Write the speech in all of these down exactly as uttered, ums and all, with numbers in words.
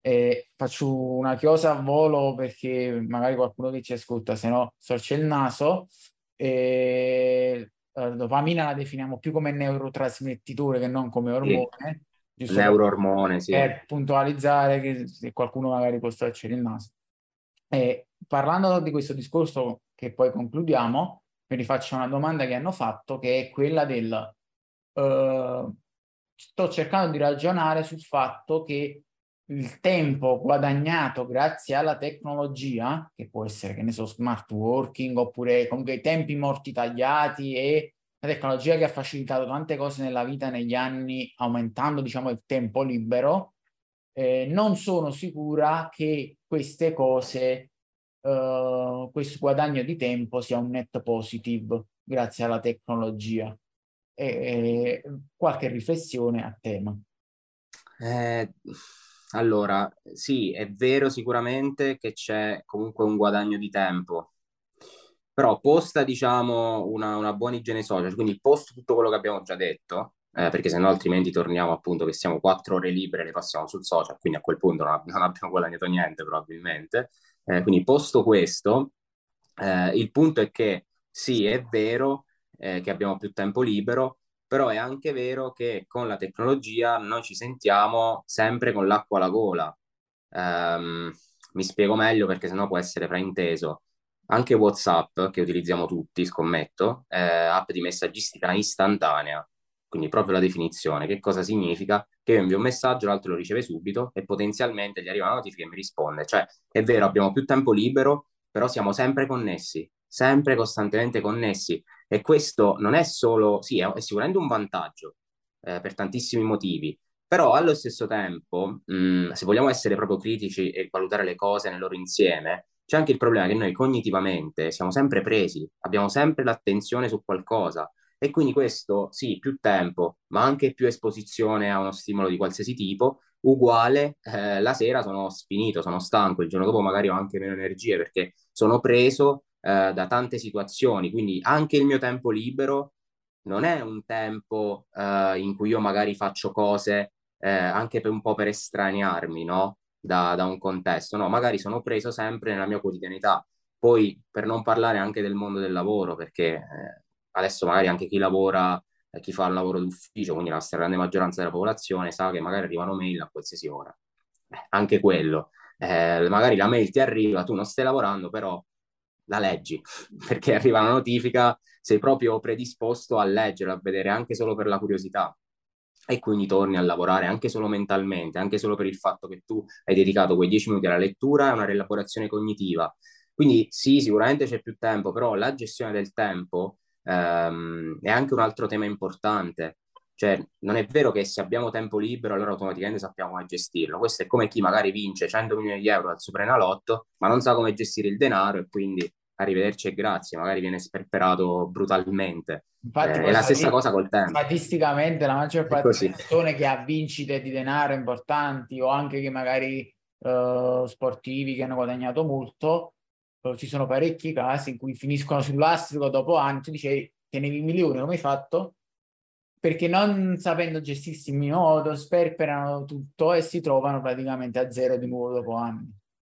E faccio una chiosa a volo perché magari qualcuno che ci ascolta, se no storce il naso. E, eh, dopamina la definiamo più come neurotrasmettitore che non come Sì, ormone, giusto per, neuroormone, sì. per puntualizzare che se qualcuno magari può storcere il naso. E parlando di questo discorso, che poi concludiamo, vi rifaccio una domanda che hanno fatto, che è quella del eh, sto cercando di ragionare sul fatto che il tempo guadagnato grazie alla tecnologia, che può essere, che ne so, smart working, oppure comunque i tempi morti tagliati e la tecnologia che ha facilitato tante cose nella vita negli anni, aumentando, diciamo, il tempo libero, eh, non sono sicura che queste cose, eh, questo guadagno di tempo sia un net positive grazie alla tecnologia. E, e qualche riflessione a tema. Eh, allora, sì, è vero sicuramente che c'è comunque un guadagno di tempo, però posta, diciamo, una, una buona igiene social, quindi posto tutto quello che abbiamo già detto, eh, perché sennò altrimenti torniamo appunto che siamo quattro ore libere e le passiamo sul social, quindi a quel punto non, ab- non abbiamo guadagnato niente probabilmente. Eh, quindi posto questo, eh, il punto è che sì, è vero, eh, che abbiamo più tempo libero, però è anche vero che con la tecnologia noi ci sentiamo sempre con l'acqua alla gola. Ehm, Mi spiego meglio perché sennò può essere frainteso. Anche WhatsApp, che utilizziamo tutti, scommetto, è app di messaggistica istantanea, quindi proprio la definizione. Che cosa significa? Che io invio un messaggio, l'altro lo riceve subito e potenzialmente gli arriva una notifica e mi risponde. Cioè, è vero, abbiamo più tempo libero, però siamo sempre connessi, sempre costantemente connessi. E questo non è solo, sì, è, è sicuramente un vantaggio, eh, per tantissimi motivi, però allo stesso tempo, mh, se vogliamo essere proprio critici e valutare le cose nel loro insieme, c'è anche il problema che noi cognitivamente siamo sempre presi, abbiamo sempre l'attenzione su qualcosa e quindi questo, sì, più tempo, ma anche più esposizione a uno stimolo di qualsiasi tipo, uguale, eh, la sera sono sfinito, sono stanco, il giorno dopo magari ho anche meno energie perché sono preso, eh, da tante situazioni, quindi anche il mio tempo libero non è un tempo, eh, in cui io magari faccio cose, eh, anche per un po' per estraniarmi, no? Da, da un contesto, no? Magari sono preso sempre nella mia quotidianità. Poi, per non parlare anche del mondo del lavoro, perché eh, adesso magari anche chi lavora, eh, chi fa il lavoro d'ufficio, quindi la stragrande maggioranza della popolazione, sa che magari arrivano mail a qualsiasi ora. Eh, anche quello. Eh, magari la mail ti arriva, tu non stai lavorando, però la leggi, perché arriva una notifica, sei proprio predisposto a leggere, a vedere anche solo per la curiosità. E quindi torni a lavorare anche solo mentalmente, anche solo per il fatto che tu hai dedicato quei dieci minuti alla lettura e a una rielaborazione cognitiva. Quindi sì, sicuramente c'è più tempo, però la gestione del tempo ehm, è anche un altro tema importante. Cioè, non è vero che se abbiamo tempo libero allora automaticamente sappiamo come gestirlo. Questo è come chi magari vince cento milioni di euro al Superenalotto, ma non sa come gestire il denaro e quindi arrivederci e grazie, magari viene sperperato brutalmente. Infatti, Eh, poi è la stessa stati- cosa col tempo. statisticamente la maggior È parte delle così. persone che ha vincite di denaro importanti o anche che magari eh, sportivi che hanno guadagnato molto, eh, ci sono parecchi casi in cui finiscono sull'astrico dopo anni. Tu dici, tenevi milioni, come hai fatto? Perché non sapendo gestirsi in modo, sperperano tutto e si trovano praticamente a zero di nuovo dopo anni.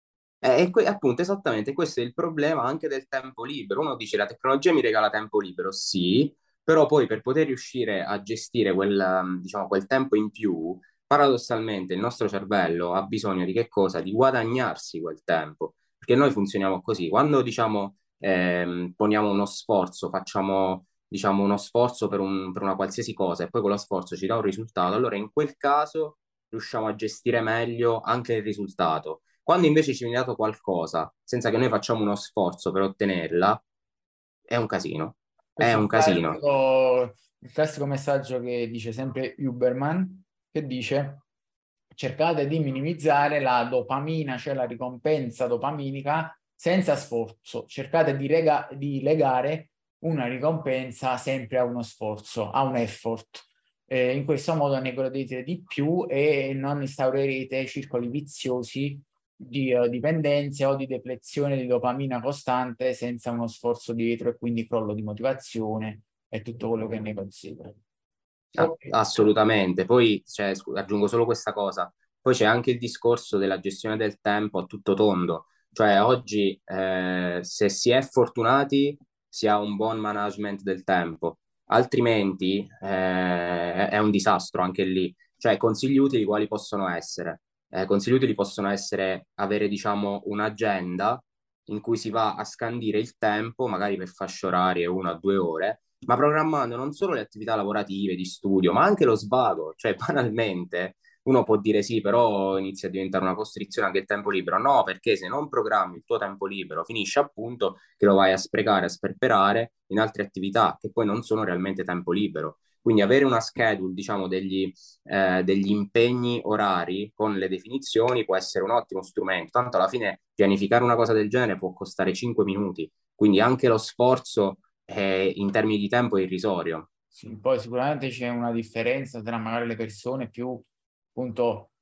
Eh, E que- appunto, esattamente, questo è il problema anche del tempo libero. Uno dice la tecnologia mi regala tempo libero, sì, però poi per poter riuscire a gestire quel, um, diciamo, quel tempo in più, paradossalmente il nostro cervello ha bisogno di che cosa? Di guadagnarsi quel tempo, perché noi funzioniamo così. Quando, diciamo, ehm, poniamo uno sforzo, facciamo, diciamo, uno sforzo per un- per una qualsiasi cosa e poi quello sforzo ci dà un risultato, allora in quel caso riusciamo a gestire meglio anche il risultato. Quando invece ci viene dato qualcosa senza che noi facciamo uno sforzo per ottenerla, è un casino. È Questo è un il casino. classico, il classico messaggio che dice sempre Huberman, che dice cercate di minimizzare la dopamina, cioè la ricompensa dopaminica, senza sforzo. Cercate di, rega- di legare una ricompensa sempre a uno sforzo, a un effort. Eh, in questo modo ne godrete di più e non instaurerete circoli viziosi di eh, dipendenza o di deplezione di dopamina costante senza uno sforzo dietro e quindi crollo di motivazione e tutto quello che ne consegue. Ah, Ok. assolutamente. Poi cioè, scu- aggiungo solo questa cosa. Poi c'è anche il discorso della gestione del tempo a tutto tondo, cioè oggi eh, se si è fortunati si ha un buon management del tempo, altrimenti eh, è un disastro anche lì. Cioè consigli utili quali possono essere? Eh, consigli utili possono essere avere, diciamo, un'agenda in cui si va a scandire il tempo, magari per fasce orarie, una o due ore, ma programmando non solo le attività lavorative, di studio, ma anche lo svago. Cioè, banalmente, uno può dire sì, però inizia a diventare una costrizione anche il tempo libero. No, perché se non programmi il tuo tempo libero, finisce appunto che lo vai a sprecare, a sperperare in altre attività che poi non sono realmente tempo libero. Quindi avere una schedule, diciamo, degli, eh, degli impegni orari con le definizioni può essere un ottimo strumento. Tanto alla fine pianificare una cosa del genere può costare cinque minuti, quindi anche lo sforzo eh, in termini di tempo è irrisorio. Sì, poi sicuramente c'è una differenza tra magari le persone più, appunto,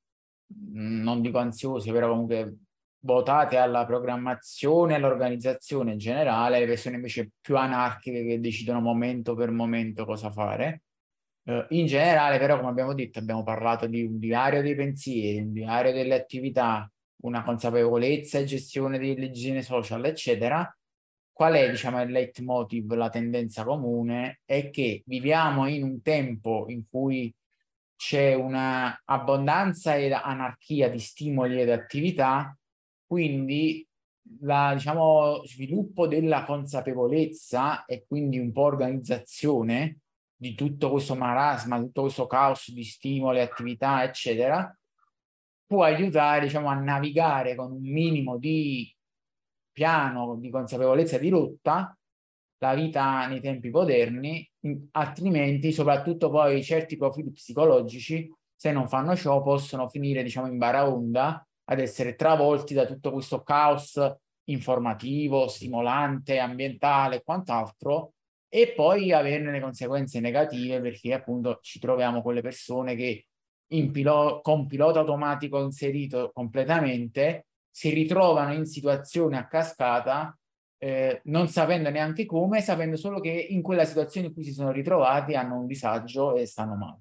mh, non dico ansiose, però comunque votate alla programmazione e all'organizzazione in generale, le persone invece più anarchiche che decidono momento per momento cosa fare. Eh, in generale, però, come abbiamo detto, abbiamo parlato di un diario dei pensieri, un diario delle attività, una consapevolezza e gestione delle igiene social, eccetera. Qual è, diciamo, il leitmotiv, la tendenza comune? È che viviamo in un tempo in cui c'è una abbondanza ed anarchia di stimoli ed attività, quindi la, diciamo, sviluppo della consapevolezza e quindi un po' organizzazione di tutto questo marasma, tutto questo caos di stimoli, attività, eccetera, può aiutare, diciamo, a navigare con un minimo di piano, di consapevolezza di rotta la vita nei tempi moderni, altrimenti, soprattutto poi certi profili psicologici, se non fanno ciò, possono finire, diciamo, in baraonda ad essere travolti da tutto questo caos informativo, stimolante, ambientale e quant'altro, e poi averne le conseguenze negative perché appunto ci troviamo con le persone che in pilo- con pilota automatico inserito completamente si ritrovano in situazioni a cascata eh, non sapendo neanche come, sapendo solo che in quella situazione in cui si sono ritrovati hanno un disagio e stanno male.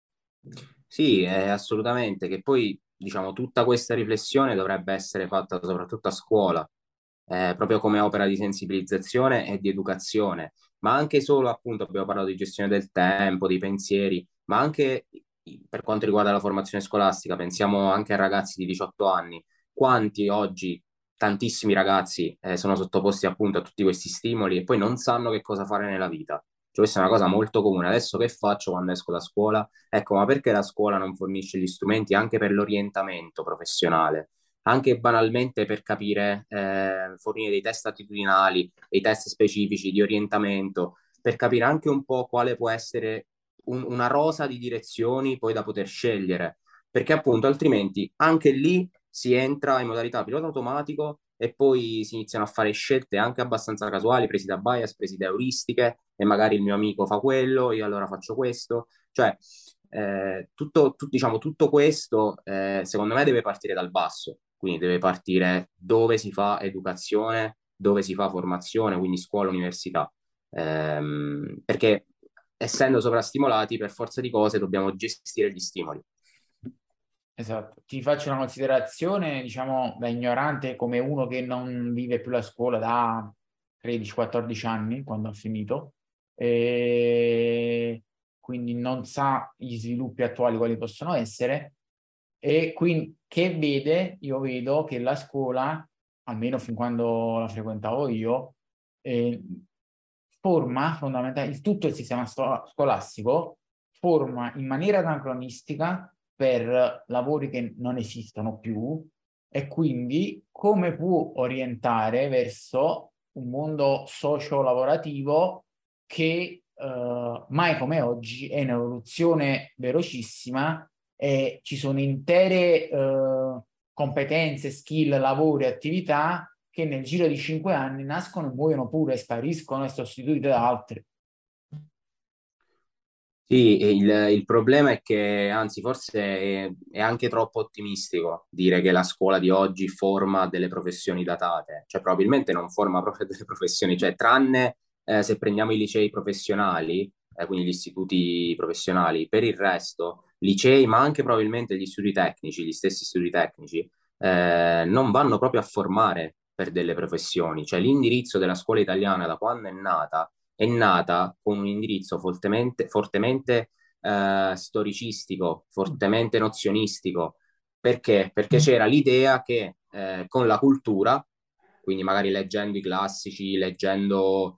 Sì, eh, assolutamente, che poi diciamo tutta questa riflessione dovrebbe essere fatta soprattutto a scuola, eh, proprio come opera di sensibilizzazione e di educazione, ma anche solo appunto abbiamo parlato di gestione del tempo, dei pensieri, ma anche per quanto riguarda la formazione scolastica, pensiamo anche a ragazzi di diciotto anni, quanti oggi, tantissimi ragazzi eh, sono sottoposti appunto a tutti questi stimoli e poi non sanno che cosa fare nella vita. Cioè, questa è una cosa molto comune. Adesso che faccio quando esco da scuola? Ecco, ma perché la scuola non fornisce gli strumenti anche per l'orientamento professionale? Anche banalmente per capire, eh, fornire dei test attitudinali, dei test specifici di orientamento, per capire anche un po' quale può essere un- una rosa di direzioni poi da poter scegliere, perché appunto altrimenti anche lì si entra in modalità pilota automatico e poi si iniziano a fare scelte anche abbastanza casuali, presi da bias, presi da euristiche, e magari il mio amico fa quello, io allora faccio questo. Cioè, eh, tutto, tu- diciamo, tutto questo eh, secondo me deve partire dal basso, quindi deve partire dove si fa educazione, dove si fa formazione, quindi scuola, università. Ehm, perché essendo sovrastimolati, per forza di cose dobbiamo gestire gli stimoli. Esatto. Ti faccio una considerazione, diciamo, da ignorante come uno che non vive più la scuola da tredici quattordici anni, quando ha finito, e quindi non sa gli sviluppi attuali quali possono essere, e quindi che vede, io vedo che la scuola, almeno fin quando la frequentavo io, eh, forma fondamentalmente il tutto il sistema sto- scolastico forma in maniera anacronistica per lavori che non esistono più e quindi come può orientare verso un mondo socio-lavorativo che eh, mai come oggi è in evoluzione velocissima e ci sono intere eh, competenze, skill, lavori, attività che nel giro di cinque anni nascono e muoiono pure, spariscono e sostituite da altre. Sì, e il, il problema è che, anzi, forse è, è anche troppo ottimistico dire che la scuola di oggi forma delle professioni datate, cioè probabilmente non forma proprio delle professioni, cioè tranne eh, se prendiamo i licei professionali, eh, quindi gli istituti professionali. Per il resto, licei, ma anche probabilmente gli studi tecnici, gli stessi studi tecnici, eh, non vanno proprio a formare per delle professioni. Cioè l'indirizzo della scuola italiana da quando è nata, è nata con un indirizzo fortemente, fortemente eh, storicistico, fortemente nozionistico. Perché? Perché c'era l'idea che eh, con la cultura, quindi magari leggendo i classici, leggendo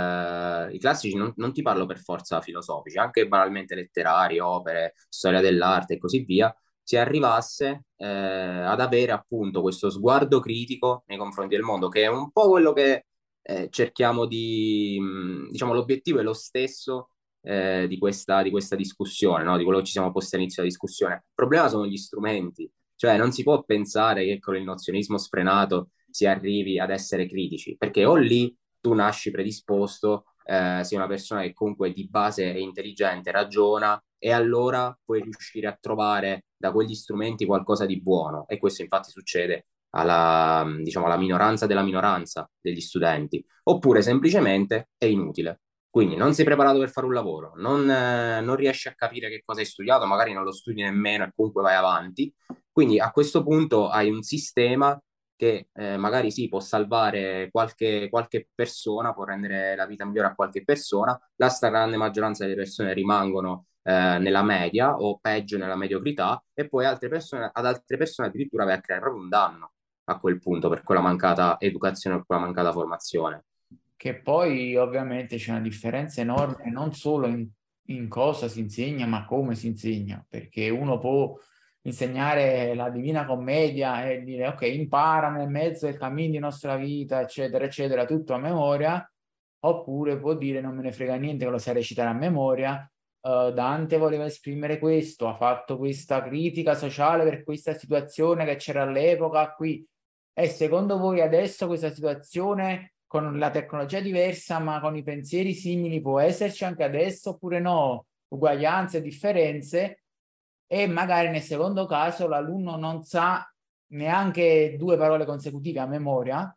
eh, i classici, non, non ti parlo per forza filosofici, anche banalmente letterari, opere, storia dell'arte e così via, si arrivasse eh, ad avere appunto questo sguardo critico nei confronti del mondo, che è un po' quello che eh, cerchiamo di, mh, diciamo, l'obiettivo è lo stesso eh, di questa, di questa discussione, no? Di quello che ci siamo posti all'inizio della discussione. Il problema sono gli strumenti, cioè non si può pensare che con il nozionismo sfrenato si arrivi ad essere critici, perché o lì tu nasci predisposto, eh, sei una persona che comunque di base è intelligente, ragiona, e allora puoi riuscire a trovare da quegli strumenti qualcosa di buono. E questo infatti succede alla, diciamo, alla minoranza della minoranza degli studenti, oppure semplicemente è inutile. Quindi non sei preparato per fare un lavoro, non, eh, non riesci a capire che cosa hai studiato, magari non lo studi nemmeno e comunque vai avanti. Quindi a questo punto hai un sistema che eh, magari sì, può salvare qualche, qualche persona, può rendere la vita migliore a qualche persona, la stragrande maggioranza delle persone rimangono eh, nella media o peggio nella mediocrità, e poi altre persone, ad altre persone addirittura vai a creare proprio un danno a quel punto per quella mancata educazione, per quella mancata formazione. Che poi ovviamente c'è una differenza enorme non solo in, in cosa si insegna, ma come si insegna, perché uno può insegnare la Divina Commedia e dire ok, impara nel mezzo del cammino di nostra vita, eccetera, eccetera, tutto a memoria, oppure può dire non me ne frega niente che lo sai recitare a memoria. Uh, Dante voleva esprimere questo, ha fatto questa critica sociale per questa situazione che c'era all'epoca qui. E secondo voi adesso questa situazione con la tecnologia diversa, ma con i pensieri simili, può esserci anche adesso oppure no? Uguaglianze, differenze, e magari nel secondo caso l'alunno non sa neanche due parole consecutive a memoria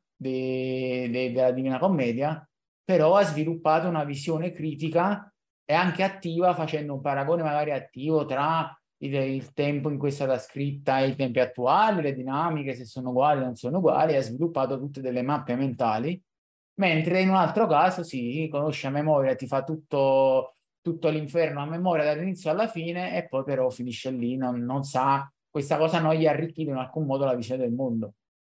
de, de, della Divina Commedia, però ha sviluppato una visione critica e anche attiva, facendo un paragone magari attivo tra il, il tempo in cui è stata scritta e i tempi attuali, le dinamiche, se sono uguali o non sono uguali, ha sviluppato tutte delle mappe mentali. Mentre in un altro caso si conosce a memoria, ti fa tutto, tutto l'inferno a memoria dall'inizio alla fine e poi però finisce lì, non, non sa, questa cosa non gli ha arricchito in alcun modo la visione del mondo.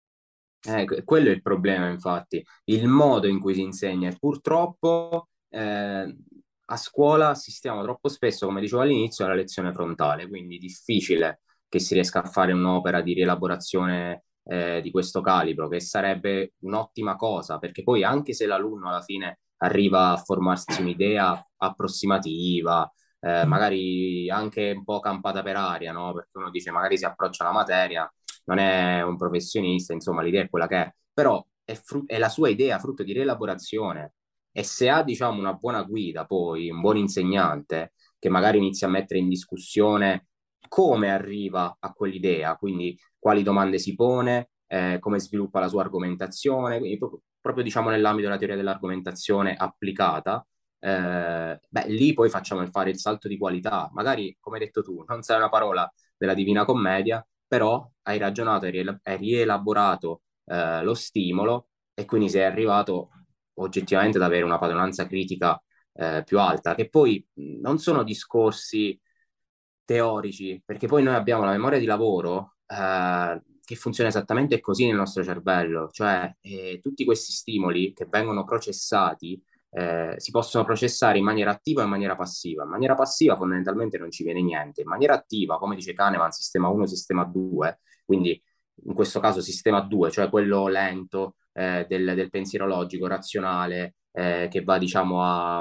Eh, que- quello è il problema, infatti, il modo in cui si insegna. E purtroppo eh, a scuola assistiamo troppo spesso, come dicevo all'inizio, alla lezione frontale, quindi difficile che si riesca a fare un'opera di rielaborazione eh, di questo calibro, che sarebbe un'ottima cosa, perché poi anche se l'alunno alla fine arriva a formarsi un'idea approssimativa, eh, magari anche un po' campata per aria, no? Perché uno dice magari si approccia alla materia, non è un professionista, insomma, l'idea è quella che è, però è, fru- è la sua idea, frutto di rielaborazione. E se ha, diciamo, una buona guida, poi un buon insegnante che magari inizia a mettere in discussione come arriva a quell'idea, quindi quali domande si pone, eh, come sviluppa la sua argomentazione, quindi proprio, proprio, diciamo nell'ambito della teoria dell'argomentazione applicata, eh, beh, lì poi facciamo il fare il salto di qualità. Magari, come hai detto tu, non sai una parola della Divina Commedia, però hai ragionato, hai, riel- hai rielaborato eh, lo stimolo, e quindi sei arrivato oggettivamente ad avere una padronanza critica eh, più alta, che poi mh, non sono discorsi teorici, perché poi noi abbiamo la memoria di lavoro eh, che funziona esattamente così nel nostro cervello, cioè eh, tutti questi stimoli che vengono processati eh, si possono processare in maniera attiva e in maniera passiva. In maniera passiva fondamentalmente non ci viene niente, in maniera attiva, come dice Kahneman, sistema uno, sistema due, quindi in questo caso sistema due, cioè quello lento eh, del, del pensiero logico, razionale, eh, che va diciamo a,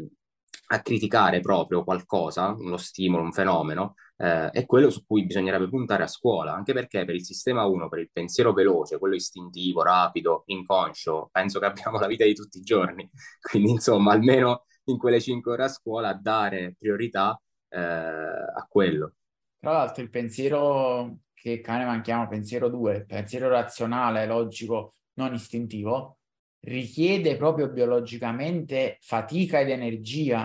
a criticare proprio qualcosa, uno stimolo, un fenomeno, eh, è quello su cui bisognerebbe puntare a scuola, anche perché per il sistema uno, per il pensiero veloce, quello istintivo, rapido, inconscio, penso che abbiamo la vita di tutti i giorni, quindi insomma almeno in quelle cinque ore a scuola dare priorità eh, a quello. Tra l'altro il pensiero che Kahneman chiama pensiero due, il pensiero razionale, logico, non istintivo, richiede proprio biologicamente fatica ed energia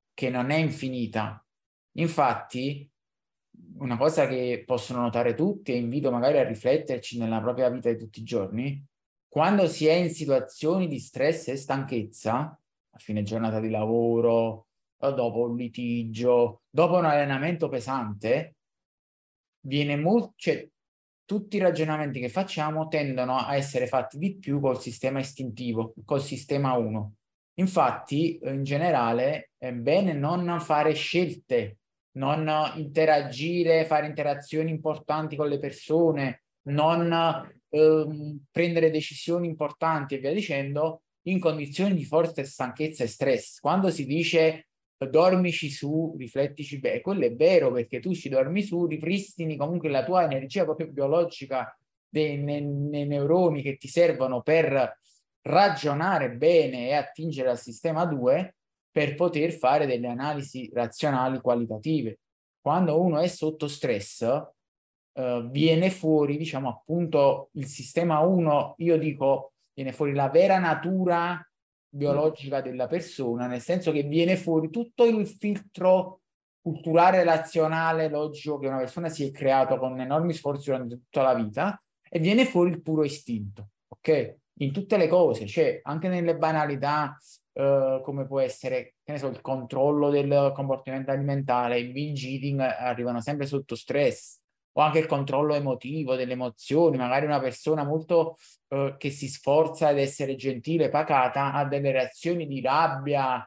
che non è infinita. Infatti, una cosa che possono notare tutti, e invito magari a rifletterci nella propria vita di tutti i giorni, quando si è in situazioni di stress e stanchezza, a fine giornata di lavoro, o dopo un litigio, dopo un allenamento pesante, viene molto, cioè, tutti i ragionamenti che facciamo tendono a essere fatti di più col sistema istintivo, col sistema uno. Infatti, in generale, è bene non fare scelte, non interagire, fare interazioni importanti con le persone, non ehm, prendere decisioni importanti e via dicendo, in condizioni di forte stanchezza e stress. Quando si dice dormici su, riflettici bene, quello è vero, perché tu ci dormi su, ripristini comunque la tua energia proprio biologica dei, nei, nei neuroni che ti servono per ragionare bene e attingere al sistema due per poter fare delle analisi razionali qualitative. Quando uno è sotto stress, eh, viene fuori, diciamo appunto, il sistema uno, io dico, viene fuori la vera natura biologica della persona, nel senso che viene fuori tutto il filtro culturale, relazionale, logico che una persona si è creato con enormi sforzi durante tutta la vita, e viene fuori il puro istinto, ok? In tutte le cose, cioè anche nelle banalità, eh, come può essere, che ne so, il controllo del comportamento alimentare, il binge eating, arrivano sempre sotto stress, o anche il controllo emotivo delle emozioni, magari una persona molto eh, che si sforza ad essere gentile, pacata, ha delle reazioni di rabbia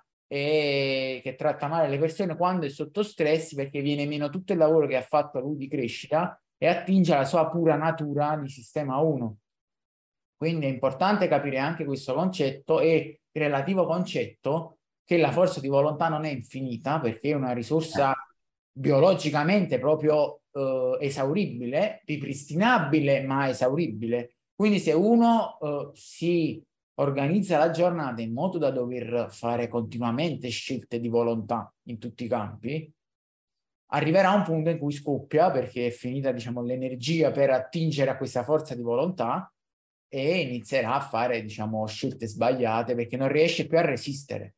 e che tratta male le persone quando è sotto stress, perché viene meno tutto il lavoro che ha fatto lui di crescita e attinge alla sua pura natura di sistema uno. Quindi è importante capire anche questo concetto e il relativo concetto che la forza di volontà non è infinita, perché è una risorsa biologicamente proprio eh, esauribile, ripristinabile ma esauribile. Quindi se uno eh, si organizza la giornata in modo da dover fare continuamente scelte di volontà in tutti i campi, arriverà un punto in cui scoppia perché è finita, diciamo, l'energia per attingere a questa forza di volontà e inizierà a fare, diciamo, scelte sbagliate perché non riesce più a resistere.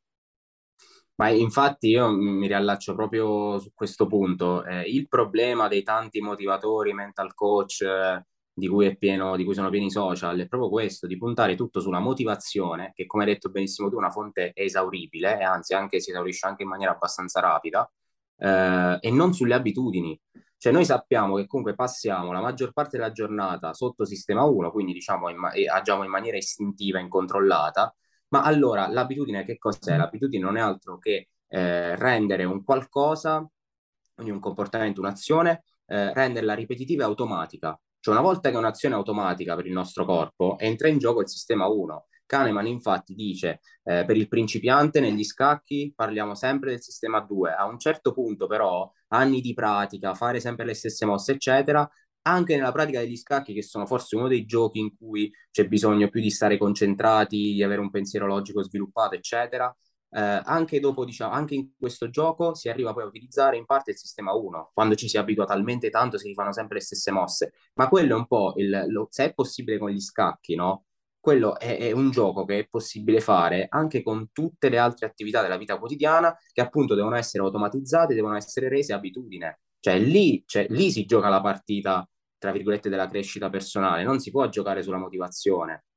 Ma infatti io mi riallaccio proprio su questo punto. Eh, il problema dei tanti motivatori, mental coach, eh, di cui è pieno, di cui sono pieni i social, è proprio questo, di puntare tutto sulla motivazione, che come hai detto benissimo tu, è una fonte esauribile, e anzi anche si esaurisce anche in maniera abbastanza rapida, eh, e non sulle abitudini. Cioè noi sappiamo che comunque passiamo la maggior parte della giornata sotto sistema uno, quindi diciamo in ma- e agiamo in maniera istintiva, incontrollata, ma allora l'abitudine che cos'è? L'abitudine non è altro che eh, rendere un qualcosa, quindi un comportamento, un'azione, eh, renderla ripetitiva e automatica. Cioè una volta che è un'azione automatica per il nostro corpo, entra in gioco il sistema uno. Kahneman infatti dice, eh, per il principiante negli scacchi parliamo sempre del sistema due. A un certo punto però, anni di pratica, fare sempre le stesse mosse, eccetera, anche nella pratica degli scacchi, che sono forse uno dei giochi in cui c'è bisogno più di stare concentrati, di avere un pensiero logico sviluppato, eccetera. Eh, anche dopo, diciamo, anche in questo gioco si arriva poi a utilizzare in parte il sistema uno, quando ci si abitua talmente tanto si fanno sempre le stesse mosse. Ma quello è un po' il, lo, se è possibile con gli scacchi, no? Quello è, è un gioco che è possibile fare anche con tutte le altre attività della vita quotidiana, che appunto devono essere automatizzate, devono essere rese abitudine. Cioè lì, cioè lì si gioca la partita tra virgolette, della crescita personale, non si può giocare sulla motivazione.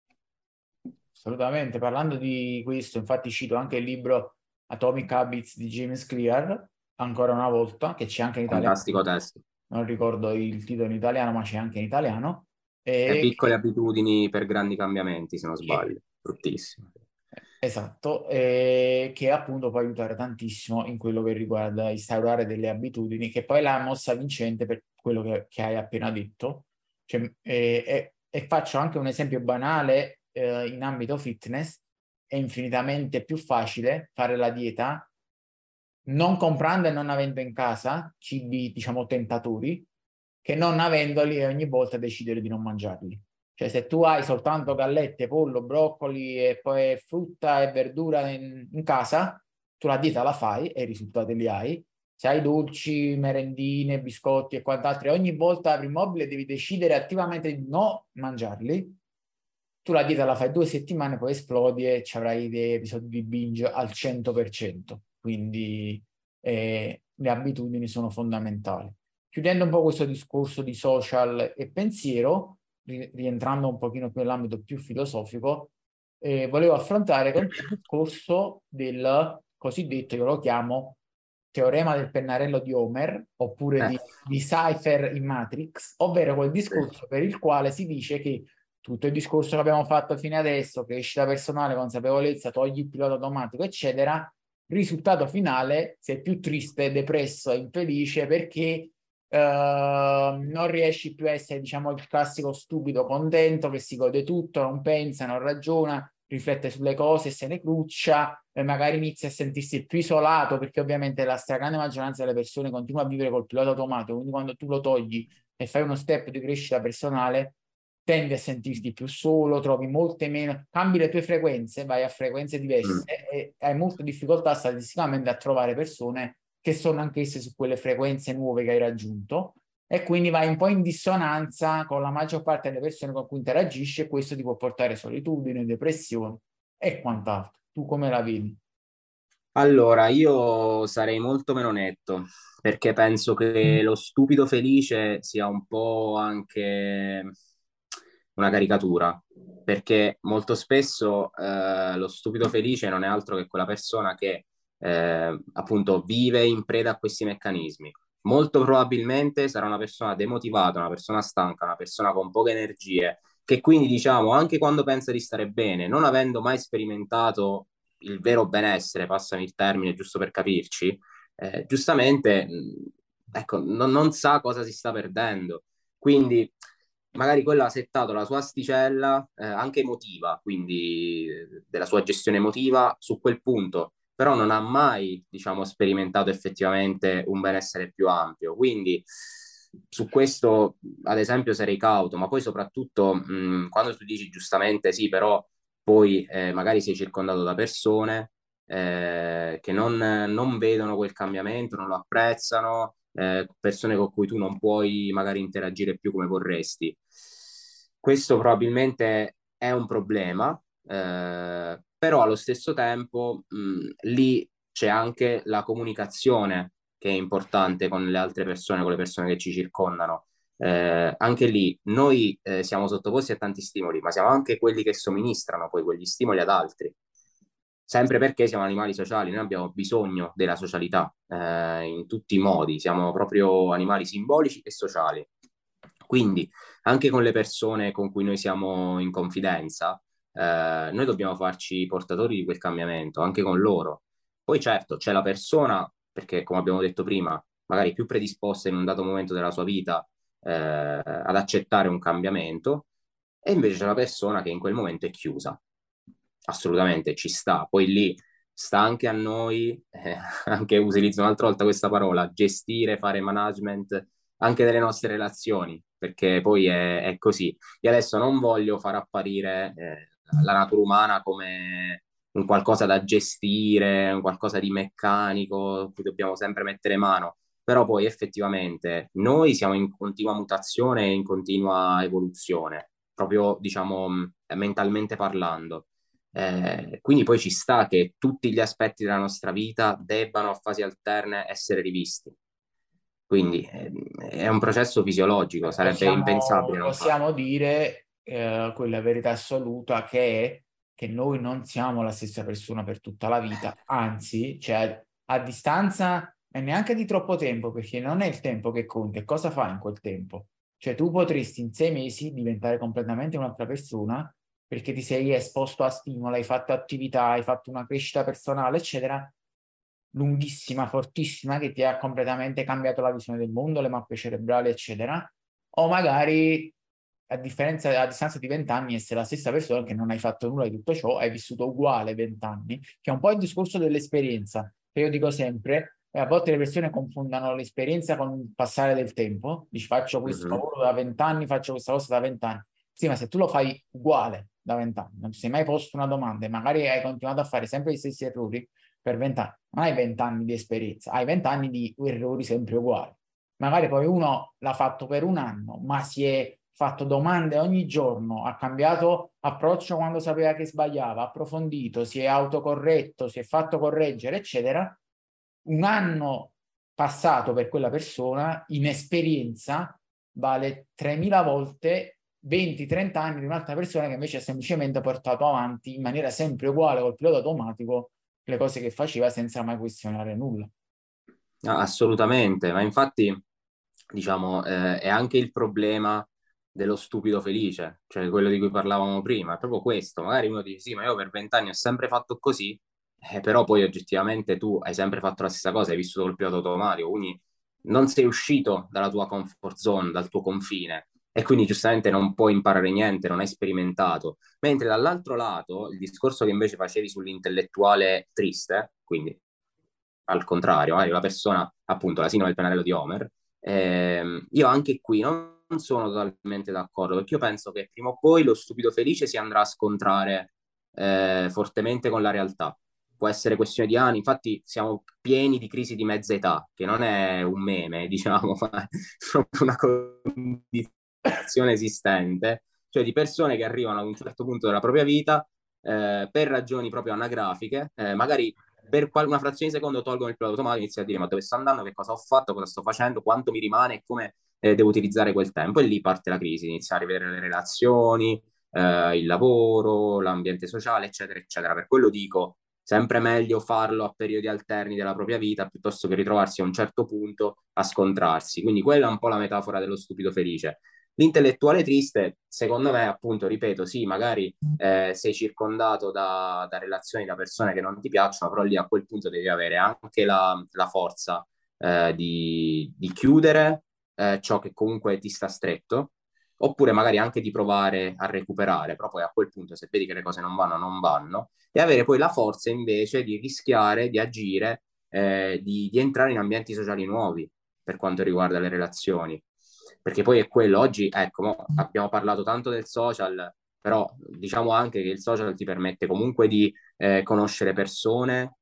Assolutamente. Parlando di questo, infatti cito anche il libro Atomic Habits di James Clear, ancora una volta, che c'è anche in italiano, Fantastico testo. non ricordo il titolo in italiano, ma c'è anche in italiano, E e piccole che, abitudini per grandi cambiamenti, se non che sbaglio. Bruttissimo. esatto, e che appunto può aiutare tantissimo in quello che riguarda instaurare delle abitudini, che poi è la mossa vincente per quello che, che hai appena detto. Cioè, e, e- e faccio anche un esempio banale, eh, in ambito fitness, è infinitamente più facile fare la dieta non comprando e non avendo in casa cibi, diciamo, tentatori, che non avendoli e ogni volta decidere di non mangiarli. Cioè, se tu hai soltanto gallette, pollo, broccoli e poi frutta e verdura in, in casa, tu la dieta la fai e i risultati li hai. Se hai dolci, merendine, biscotti e quant'altro, e ogni volta apri il mobile devi decidere attivamente di non mangiarli, tu la dieta la fai due settimane, poi esplodi e ci avrai dei episodi di binge al cento per cento. quindi eh, le abitudini sono fondamentali. Chiudendo un po' questo discorso di social e pensiero, ri- rientrando un pochino più nell'ambito più filosofico, eh, volevo affrontare con te il discorso del cosiddetto, io lo chiamo, teorema del pennarello di Homer, oppure Eh, di, di Cypher in Matrix, ovvero quel sì. discorso per il quale si dice che tutto il discorso che abbiamo fatto fino adesso, crescita personale, consapevolezza, togli il pilota automatico, eccetera, risultato finale, sei più triste, depresso e infelice perché Uh, non riesci più a essere, diciamo, il classico stupido contento che si gode tutto, non pensa, non ragiona, riflette sulle cose, se ne cruccia, e magari inizia a sentirsi più isolato perché ovviamente la stragrande maggioranza delle persone continua a vivere col pilota automatico, quindi quando tu lo togli e fai uno step di crescita personale tendi a sentirti più solo, trovi molte meno, cambi le tue frequenze, vai a frequenze diverse Mm. e hai molta difficoltà statisticamente a trovare persone che sono anch'esse su quelle frequenze nuove che hai raggiunto e quindi vai un po' in dissonanza con la maggior parte delle persone con cui interagisci e questo ti può portare solitudine, depressione e quant'altro. Tu come la vedi? Allora, io sarei molto meno netto, perché penso che lo stupido felice sia un po' anche una caricatura, perché molto spesso eh, lo stupido felice non è altro che quella persona che eh, appunto vive in preda a questi meccanismi. Molto probabilmente sarà una persona demotivata, una persona stanca, una persona con poche energie, che quindi diciamo anche quando pensa di stare bene, non avendo mai sperimentato il vero benessere, passami il termine giusto per capirci, eh, giustamente mh, ecco, non, non sa cosa si sta perdendo. Quindi magari quello ha settato la sua asticella eh, anche emotiva, quindi eh, della sua gestione emotiva su quel punto, però non ha mai, diciamo, sperimentato effettivamente un benessere più ampio. Quindi su questo, ad esempio, sarei cauto, ma poi soprattutto mh, quando tu dici giustamente sì, però poi eh, magari sei circondato da persone eh, che non, non vedono quel cambiamento, non lo apprezzano, eh, persone con cui tu non puoi magari interagire più come vorresti. Questo probabilmente è un problema, eh, però allo stesso tempo mh, lì c'è anche la comunicazione che è importante con le altre persone, con le persone che ci circondano. Eh, anche lì noi eh, siamo sottoposti a tanti stimoli, ma siamo anche quelli che somministrano poi quegli stimoli ad altri, sempre perché siamo animali sociali, noi abbiamo bisogno della socialità eh, in tutti i modi, siamo proprio animali simbolici e sociali. Quindi anche con le persone con cui noi siamo in confidenza, eh, noi dobbiamo farci portatori di quel cambiamento, anche con loro. Poi certo c'è la persona, perché come abbiamo detto prima, magari più predisposta in un dato momento della sua vita eh, ad accettare un cambiamento, e invece c'è la persona che in quel momento è chiusa. Assolutamente ci sta. Poi lì sta anche a noi, eh, anche utilizzo un'altra volta questa parola, gestire, fare management anche delle nostre relazioni, perché poi è, è così. Io adesso non voglio far apparire eh, la natura umana come un qualcosa da gestire, un qualcosa di meccanico, cui dobbiamo sempre mettere mano, però poi effettivamente noi siamo in continua mutazione e in continua evoluzione, proprio diciamo mentalmente parlando. Eh, quindi poi ci sta che tutti gli aspetti della nostra vita debbano a fasi alterne essere rivisti. Quindi eh, è un processo fisiologico, sarebbe Possiamo, impensabile non farlo. possiamo dire eh, quella verità assoluta che è che noi non siamo la stessa persona per tutta la vita, anzi, cioè a distanza e neanche di troppo tempo, perché non è il tempo che conta, è cosa fai in quel tempo. Cioè tu potresti in sei mesi diventare completamente un'altra persona perché ti sei esposto a stimoli, hai fatto attività, hai fatto una crescita personale, eccetera, lunghissima, fortissima, che ti ha completamente cambiato la visione del mondo, le mappe cerebrali, eccetera, o magari a differenza, a distanza di vent'anni essere la stessa persona che non hai fatto nulla di tutto ciò, hai vissuto uguale vent'anni, che è un po' il discorso dell'esperienza, che io dico sempre, e a volte le persone confondano l'esperienza con il passare del tempo, dici faccio questo Mhm. lavoro da vent'anni, faccio questa cosa da vent'anni, sì, ma se tu lo fai uguale da vent'anni, non ti sei mai posto una domanda e magari hai continuato a fare sempre gli stessi errori, per vent'anni, non hai vent'anni di esperienza, hai vent'anni di errori sempre uguali. Magari poi uno l'ha fatto per un anno, ma si è fatto domande ogni giorno, ha cambiato approccio quando sapeva che sbagliava, ha approfondito, si è autocorretto, si è fatto correggere, eccetera, un anno passato per quella persona in esperienza vale tremila volte venti trenta anni di un'altra persona che invece ha semplicemente portato avanti in maniera sempre uguale col pilota automatico le cose che faceva senza mai questionare nulla. No, assolutamente, ma infatti, diciamo, eh, è anche il problema dello stupido felice, cioè quello di cui parlavamo prima, è proprio questo. Magari uno dice, sì, ma io per vent'anni ho sempre fatto così, eh, però poi oggettivamente tu hai sempre fatto la stessa cosa, hai vissuto col pilota automatico, quindi non sei uscito dalla tua comfort zone, dal tuo confine, e quindi giustamente non puoi imparare niente, non hai sperimentato. Mentre dall'altro lato, il discorso che invece facevi sull'intellettuale triste, quindi al contrario, magari una persona, appunto, la sindrome del pennarello di Homer, ehm, io anche qui non sono totalmente d'accordo, perché io penso che prima o poi lo stupido felice si andrà a scontrare eh, fortemente con la realtà. Può essere questione di anni, infatti siamo pieni di crisi di mezza età, che non è un meme, diciamo, ma è proprio una condizione esistente, cioè di persone che arrivano ad un certo punto della propria vita eh, per ragioni proprio anagrafiche, eh, magari per una frazione di secondo tolgono il pilota automatico e inizi a dire ma dove sto andando, che cosa ho fatto, cosa sto facendo, quanto mi rimane e come eh, devo utilizzare quel tempo. E lì parte la crisi, inizia a rivedere le relazioni, eh, il lavoro, l'ambiente sociale, eccetera, eccetera. Per quello dico, sempre meglio farlo a periodi alterni della propria vita piuttosto che ritrovarsi a un certo punto a scontrarsi. Quindi quella è un po' la metafora dello stupido felice. L'intellettuale triste, secondo me, appunto, ripeto, sì, magari eh, sei circondato da, da relazioni, da persone che non ti piacciono, però lì a quel punto devi avere anche la, la forza eh, di, di chiudere eh, ciò che comunque ti sta stretto, oppure magari anche di provare a recuperare, però poi a quel punto se vedi che le cose non vanno, non vanno, e avere poi la forza invece di rischiare, di agire, eh, di, di entrare in ambienti sociali nuovi per quanto riguarda le relazioni. Perché poi è quello, oggi, ecco, mo abbiamo parlato tanto del social, però diciamo anche che il social ti permette comunque di eh, conoscere persone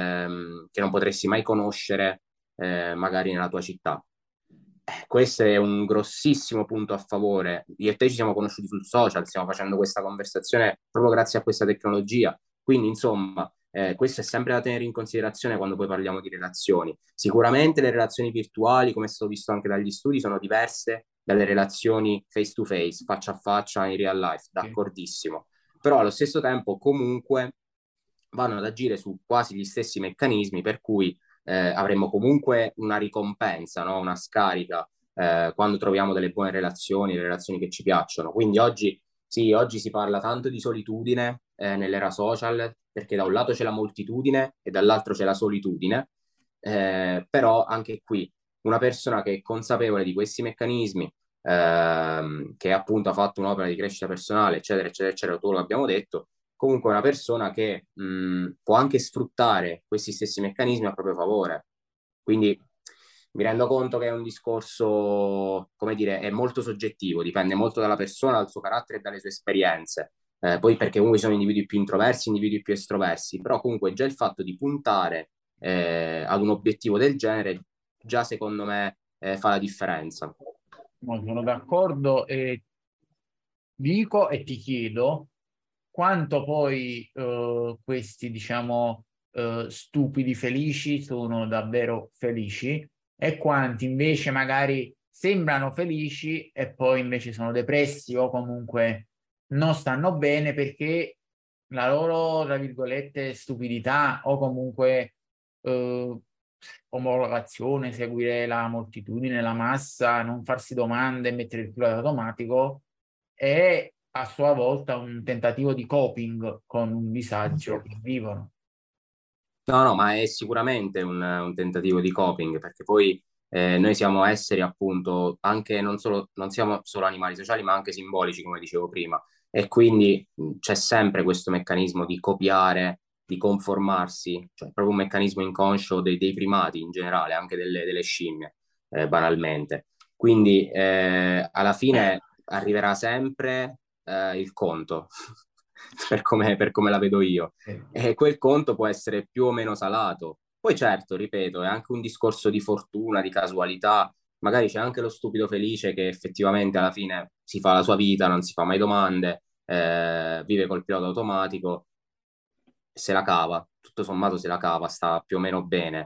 ehm, che non potresti mai conoscere eh, magari nella tua città. Eh, questo è un grossissimo punto a favore. Io e te ci siamo conosciuti sul social, stiamo facendo questa conversazione proprio grazie a questa tecnologia. Quindi, insomma, eh, questo è sempre da tenere in considerazione quando poi parliamo di relazioni. Sicuramente le relazioni virtuali, come è stato visto anche dagli studi, sono diverse dalle relazioni face to face, faccia a faccia in real life, Sì. d'accordissimo. Però allo stesso tempo comunque vanno ad agire su quasi gli stessi meccanismi per cui eh, avremo comunque una ricompensa, no? Una scarica eh, quando troviamo delle buone relazioni, le relazioni che ci piacciono. Quindi oggi, sì, oggi si parla tanto di solitudine eh, nell'era social, perché da un lato c'è la moltitudine e dall'altro c'è la solitudine, eh, però anche qui una persona che è consapevole di questi meccanismi, ehm, che appunto ha fatto un'opera di crescita personale, eccetera, eccetera, eccetera, tutto quello che abbiamo detto, comunque è una persona che mh, può anche sfruttare questi stessi meccanismi a proprio favore. Quindi mi rendo conto che è un discorso, come dire, è molto soggettivo, dipende molto dalla persona, dal suo carattere e dalle sue esperienze. Eh, poi perché comunque sono individui più introversi, individui più estroversi, però comunque già il fatto di puntare eh, ad un obiettivo del genere, già secondo me eh, fa la differenza. No, sono d'accordo e dico e ti chiedo quanto poi eh, questi, diciamo, eh, stupidi felici sono davvero felici e quanti invece magari sembrano felici e poi invece sono depressi o comunque non stanno bene perché la loro, tra virgolette, stupidità o comunque eh, omologazione, seguire la moltitudine, la massa, non farsi domande e mettere il pilota automatico è a sua volta un tentativo di coping con un disagio che vivono. No, no, ma è sicuramente un, un tentativo di coping, perché poi eh, noi siamo esseri appunto anche non solo, non siamo solo animali sociali, ma anche simbolici, come dicevo prima, e quindi mh, c'è sempre questo meccanismo di copiare, di conformarsi, cioè proprio un meccanismo inconscio dei, dei primati in generale, anche delle, delle scimmie, eh, banalmente. Quindi eh, alla fine arriverà sempre eh, il conto, per come, per come la vedo io Sì. e quel conto può essere più o meno salato. Poi certo, ripeto, è anche un discorso di fortuna, di casualità, magari c'è anche lo stupido felice che effettivamente alla fine si fa la sua vita, non si fa mai domande, eh, vive col pilota automatico, se la cava, tutto sommato se la cava, sta più o meno bene.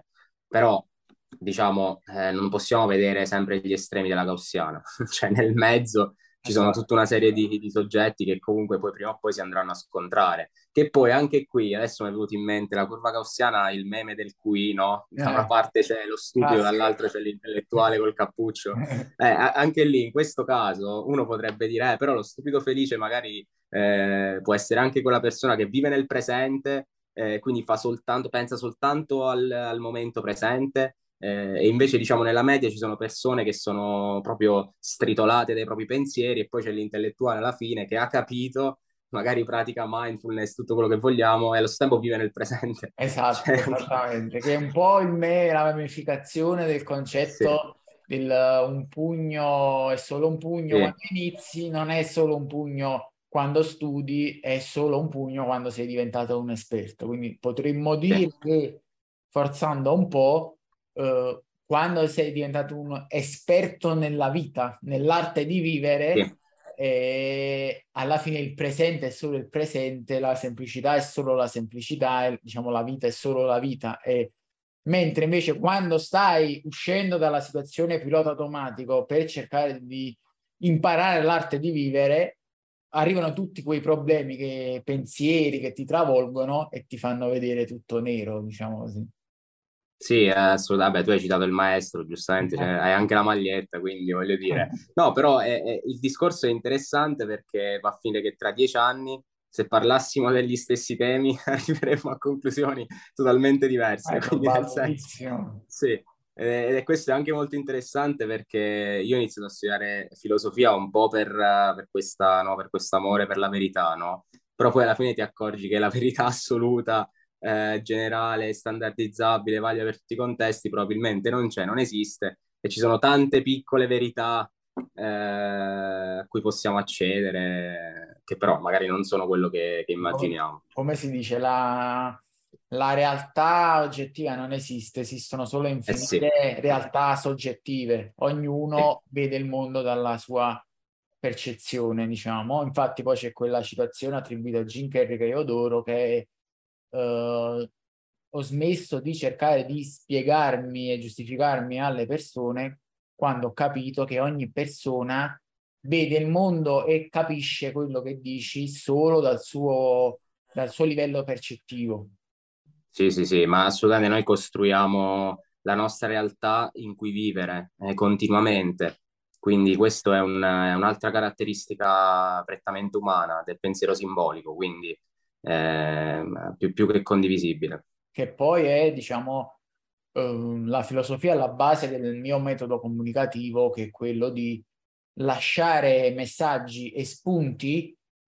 però diciamo eh, non possiamo vedere sempre gli estremi della gaussiana, cioè nel mezzo ci sono Esatto. tutta una serie di, di soggetti che comunque poi prima o poi si andranno a scontrare. Che poi anche qui, adesso mi è venuto in mente la curva gaussiana, il meme del qui, no? Da una Eh, parte c'è lo stupido, classico. dall'altra c'è l'intellettuale col cappuccio. Eh, a- anche lì, in questo caso, uno potrebbe dire, eh, però lo stupido felice magari eh, può essere anche quella persona che vive nel presente, eh, quindi fa soltanto, pensa soltanto al, al momento presente, eh, e invece diciamo nella media ci sono persone che sono proprio stritolate dai propri pensieri e poi c'è l'intellettuale alla fine che ha capito, magari pratica mindfulness, tutto quello che vogliamo e allo stesso tempo vive nel presente. Esatto, Cioè, esattamente, che è un po' il me, la ramificazione del sì, concetto del uh, un pugno è solo un pugno sì, quando inizi, non è solo un pugno quando studi, è solo un pugno quando sei diventato un esperto. Quindi potremmo sì, dire che, forzando un po', eh, quando sei diventato un esperto nella vita, nell'arte di vivere, sì. e alla fine il presente è solo il presente, la semplicità è solo la semplicità, e, diciamo la vita è solo la vita. E, mentre invece quando stai uscendo dalla situazione pilota automatico per cercare di imparare l'arte di vivere, arrivano tutti quei problemi, che, pensieri che ti travolgono e ti fanno vedere tutto nero, diciamo così. Sì, eh, assolutamente. Vabbè, tu hai citato il maestro, giustamente, cioè, hai anche la maglietta, quindi voglio dire. No, però è- è- il discorso è interessante perché va a finire che tra dieci anni, se parlassimo degli stessi temi, arriveremo a conclusioni totalmente diverse. È Quindi, nel senso, probabilissimo. sì. Ed è questo è anche molto interessante perché io ho iniziato a studiare filosofia un po' per, eh, per questa, no, per questo amore per la verità, no? Però poi alla fine ti accorgi che la verità assoluta eh, generale, standardizzabile, valida per tutti i contesti, probabilmente non c'è, non esiste e ci sono tante piccole verità eh, a cui possiamo accedere, che però magari non sono quello che, che come, immaginiamo. come si dice, la, la realtà oggettiva non esiste, esistono solo Eh sì, infinite realtà soggettive. sì, Ognuno vede il mondo dalla sua percezione, diciamo. Infatti poi c'è quella citazione attribuita a Jim Carrey che io adoro, che è, eh, ho smesso di cercare di spiegarmi e giustificarmi alle persone quando ho capito che ogni persona vede il mondo e capisce quello che dici solo dal suo, dal suo livello percettivo. sì, sì, sì, ma assolutamente noi costruiamo la nostra realtà in cui vivere eh, continuamente. Quindi questa è, un- è un'altra caratteristica prettamente umana del pensiero simbolico, quindi ehm, più, più che condivisibile. Che poi è, diciamo, ehm, la filosofia alla base del mio metodo comunicativo, che è quello di lasciare messaggi e spunti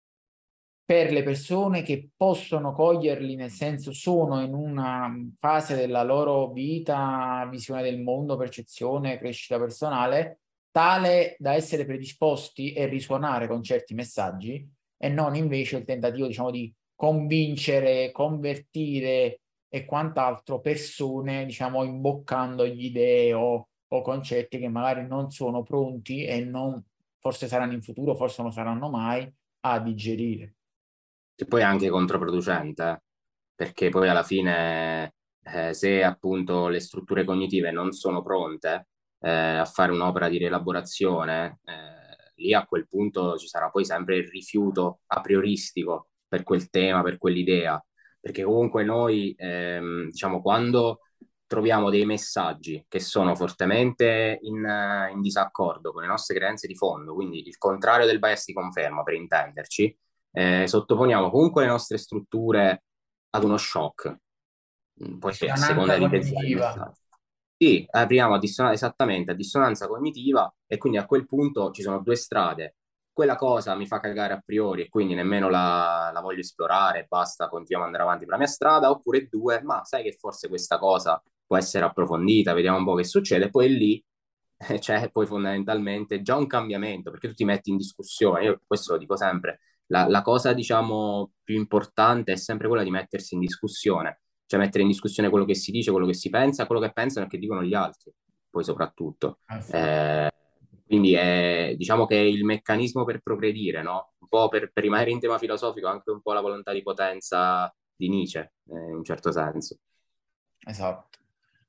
per le persone che possono coglierli, nel senso sono in una fase della loro vita, visione del mondo, percezione, crescita personale, tale da essere predisposti e risuonare con certi messaggi e non invece il tentativo, diciamo, di convincere, convertire e quant'altro persone, diciamo, imboccandogli idee o, o concetti che magari non sono pronti e non, forse saranno in futuro, forse non saranno mai, a digerire. Che poi è anche controproducente, eh, perché poi alla fine, eh, se appunto le strutture cognitive non sono pronte, eh, a fare un'opera di rielaborazione, eh, lì a quel punto ci sarà poi sempre il rifiuto a prioristico per quel tema, per quell'idea, perché comunque noi, ehm, diciamo, quando troviamo dei messaggi che sono fortemente in, eh, in disaccordo con le nostre credenze di fondo, quindi il contrario del bias di conferma, per intenderci, eh, sottoponiamo comunque le nostre strutture ad uno shock, mm, poi a seconda Dissonanza dell'intensità del cognitiva, messaggio. Sì, apriamo a dissona- esattamente a dissonanza cognitiva e quindi a quel punto ci sono due strade. Quella cosa mi fa cagare a priori e quindi nemmeno la, la voglio esplorare, basta, continuiamo ad andare avanti per la mia strada, oppure due, ma sai che forse questa cosa può essere approfondita, vediamo un po' che succede, e poi lì eh, c'è poi fondamentalmente già un cambiamento, perché tu ti metti in discussione, io questo lo dico sempre, la, la cosa diciamo più importante è sempre quella di mettersi in discussione, cioè mettere in discussione quello che si dice, quello che si pensa, quello che pensano e che dicono gli altri, poi soprattutto. infatti. Eh, quindi è, diciamo che è il meccanismo per progredire, no? Un po' per, per rimanere in tema filosofico, anche un po' la volontà di potenza di Nietzsche, eh, in un certo senso. Esatto.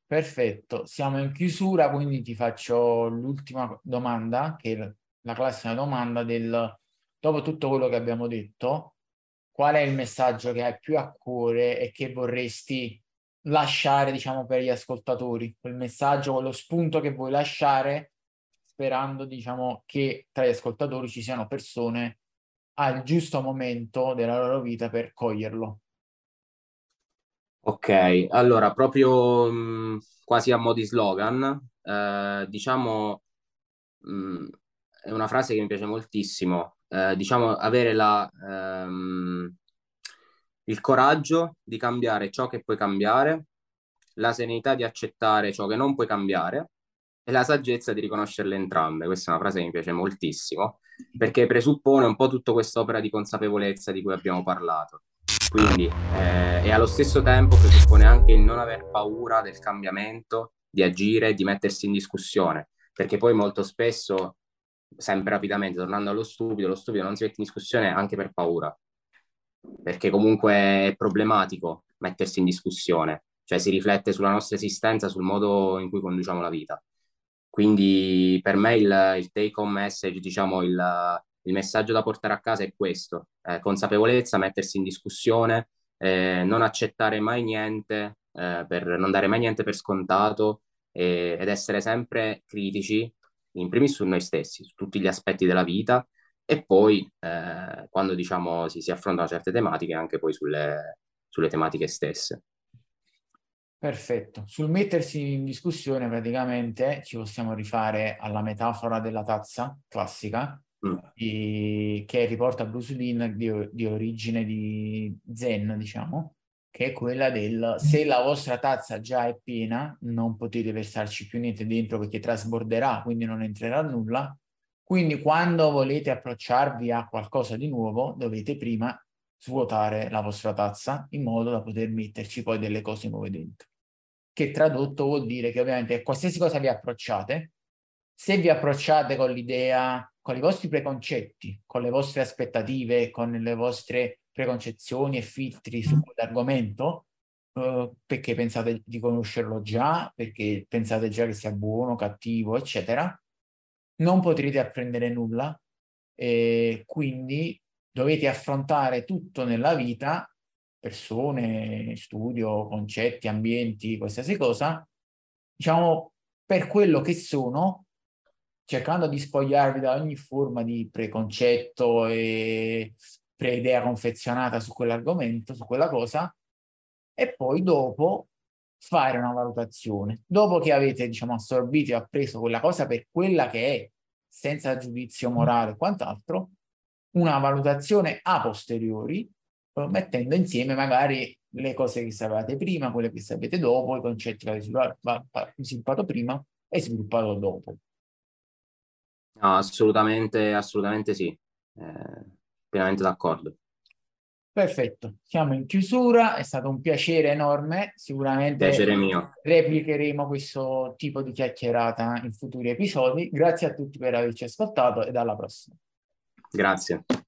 Perfetto, siamo in chiusura, quindi ti faccio l'ultima domanda, che è la classica domanda del, dopo tutto quello che abbiamo detto, qual è il messaggio che hai più a cuore e che vorresti lasciare, diciamo, per gli ascoltatori? Quel messaggio, quello spunto che vuoi lasciare, sperando, diciamo, che tra gli ascoltatori ci siano persone al giusto momento della loro vita per coglierlo. Ok, allora proprio mh, quasi a mo' di slogan, eh, diciamo, mh, è una frase che mi piace moltissimo, eh, diciamo avere la, ehm, il coraggio di cambiare ciò che puoi cambiare, la serenità di accettare ciò che non puoi cambiare e la saggezza di riconoscerle entrambe. Questa è una frase che mi piace moltissimo perché presuppone un po' tutta quest'opera di consapevolezza di cui abbiamo parlato. Quindi, eh, e allo stesso tempo presuppone anche il non aver paura del cambiamento, di agire, di mettersi in discussione, perché poi molto spesso, sempre rapidamente, tornando allo stupido, lo stupido non si mette in discussione anche per paura, perché comunque è problematico mettersi in discussione, cioè si riflette sulla nostra esistenza, sul modo in cui conduciamo la vita. Quindi per me il, il take home message, diciamo il, il messaggio da portare a casa è questo: eh, consapevolezza, mettersi in discussione, eh, non accettare mai niente, eh, per non dare mai niente per scontato, eh, ed essere sempre critici, in primis su noi stessi, su tutti gli aspetti della vita e poi eh, quando diciamo si, si affrontano certe tematiche anche poi sulle, sulle tematiche stesse. Perfetto. Sul mettersi in discussione, praticamente ci possiamo rifare alla metafora della tazza classica, Mm. di- che riporta Bruce Lee di, di origine di Zen, diciamo, che è quella del se la vostra tazza già è piena, non potete versarci più niente dentro perché trasborderà, quindi non entrerà nulla. Quindi quando volete approcciarvi a qualcosa di nuovo, dovete prima svuotare la vostra tazza in modo da poter metterci poi delle cose nuove dentro. Che tradotto vuol dire che ovviamente qualsiasi cosa vi approcciate, se vi approcciate con l'idea, con i vostri preconcetti, con le vostre aspettative, con le vostre preconcezioni e filtri su quell'argomento, eh, perché pensate di conoscerlo già, perché pensate già che sia buono, cattivo, eccetera, non potrete apprendere nulla e quindi dovete affrontare tutto nella vita, persone, studio, concetti, ambienti, qualsiasi cosa, diciamo, per quello che sono, cercando di spogliarvi da ogni forma di preconcetto e preidea confezionata su quell'argomento, su quella cosa, e poi dopo fare una valutazione. Dopo che avete, diciamo, assorbito e appreso quella cosa per quella che è, senza giudizio morale e quant'altro, una valutazione a posteriori, eh, mettendo insieme magari le cose che sapevate prima, quelle che sapete dopo, i concetti che avete sviluppato prima e sviluppato dopo. No, assolutamente, assolutamente sì. Eh, pienamente d'accordo. Perfetto, siamo in chiusura, è stato un piacere enorme, sicuramente Piacere mio. replicheremo questo tipo di chiacchierata in futuri episodi. Grazie a tutti per averci ascoltato e alla prossima. Grazie.